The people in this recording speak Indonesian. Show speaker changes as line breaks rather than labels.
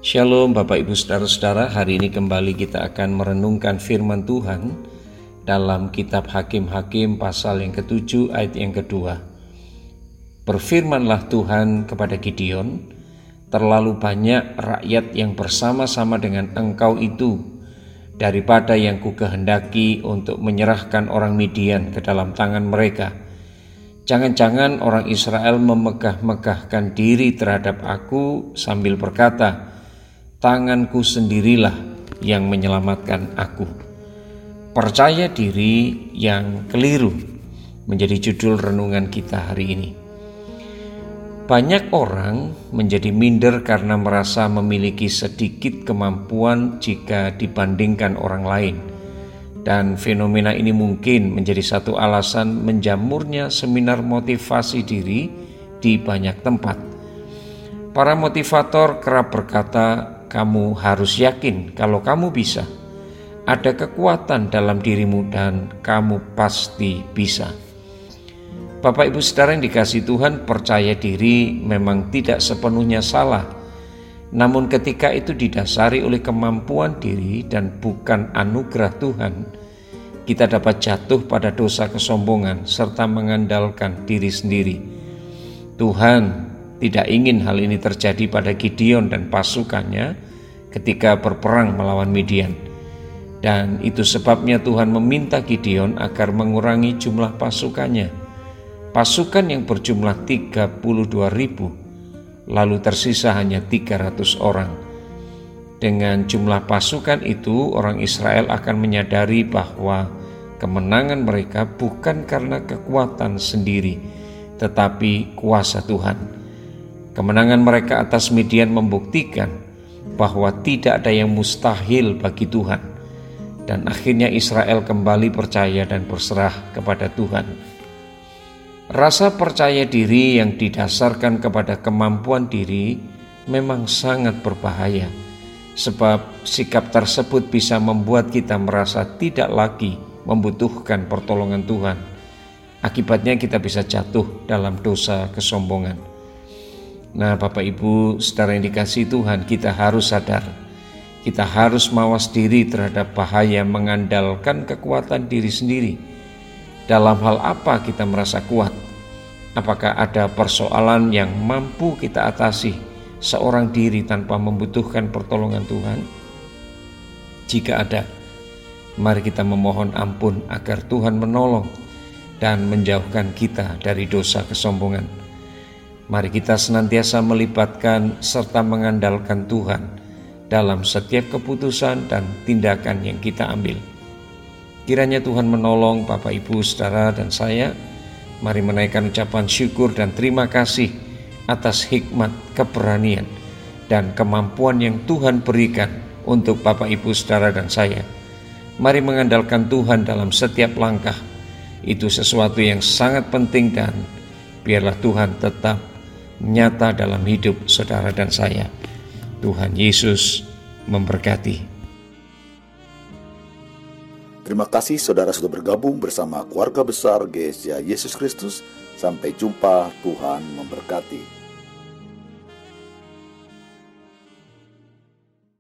Shalom Bapak Ibu Saudara-saudara, hari ini kembali kita akan merenungkan firman Tuhan dalam kitab Hakim-Hakim pasal yang ke-7 ayat yang kedua. Berfirmanlah Tuhan kepada Gideon, terlalu banyak rakyat yang bersama-sama dengan engkau itu daripada yang kukehendaki untuk menyerahkan orang Midian ke dalam tangan mereka. Jangan-jangan orang Israel memegah-megahkan diri terhadap aku sambil berkata, tanganku sendirilah yang menyelamatkan aku. Percaya diri yang keliru menjadi judul renungan kita hari ini. Banyak orang menjadi minder karena merasa memiliki sedikit kemampuan jika dibandingkan orang lain. Dan fenomena ini mungkin menjadi satu alasan menjamurnya seminar motivasi diri di banyak tempat. Para motivator kerap berkata, kamu harus yakin kalau kamu bisa. Ada kekuatan dalam dirimu dan kamu pasti bisa. Bapak Ibu Saudara yang dikasihi Tuhan, percaya diri memang tidak sepenuhnya salah. Namun ketika itu didasari oleh kemampuan diri dan bukan anugerah Tuhan, kita dapat jatuh pada dosa kesombongan serta mengandalkan diri sendiri. Tuhan tidak ingin hal ini terjadi pada Gideon dan pasukannya ketika berperang melawan Midian. Dan itu sebabnya Tuhan meminta Gideon agar mengurangi jumlah pasukannya. Pasukan yang berjumlah 32.000, lalu tersisa hanya 300 orang. Dengan jumlah pasukan itu, orang Israel akan menyadari bahwa kemenangan mereka bukan karena kekuatan sendiri, tetapi kuasa Tuhan. Kemenangan mereka atas Midian membuktikan bahwa tidak ada yang mustahil bagi Tuhan. Dan akhirnya Israel kembali percaya dan berserah kepada Tuhan. Rasa percaya diri yang didasarkan kepada kemampuan diri memang sangat berbahaya. Sebab sikap tersebut bisa membuat kita merasa tidak lagi membutuhkan pertolongan Tuhan. Akibatnya kita bisa jatuh dalam dosa kesombongan. Nah Bapak Ibu Saudara yang dikasihi Tuhan, kita harus sadar, kita harus mawas diri terhadap bahaya mengandalkan kekuatan diri sendiri. Dalam hal apa kita merasa kuat? Apakah ada persoalan yang mampu kita atasi seorang diri tanpa membutuhkan pertolongan Tuhan? Jika ada, mari kita memohon ampun agar Tuhan menolong dan menjauhkan kita dari dosa kesombongan. Mari kita senantiasa melibatkan serta mengandalkan Tuhan dalam setiap keputusan dan tindakan yang kita ambil. Kiranya Tuhan menolong Bapak Ibu Saudara dan saya. Mari menaikkan ucapan syukur dan terima kasih atas hikmat, keberanian, dan kemampuan yang Tuhan berikan untuk Bapak Ibu Saudara dan saya. Mari mengandalkan Tuhan dalam setiap langkah. Itu sesuatu yang sangat penting dan biarlah Tuhan tetap nyata dalam hidup saudara dan saya. Tuhan Yesus memberkati.
Terima kasih saudara sudah bergabung bersama keluarga besar GSJ Yesus Kristus. Sampai jumpa, Tuhan memberkati.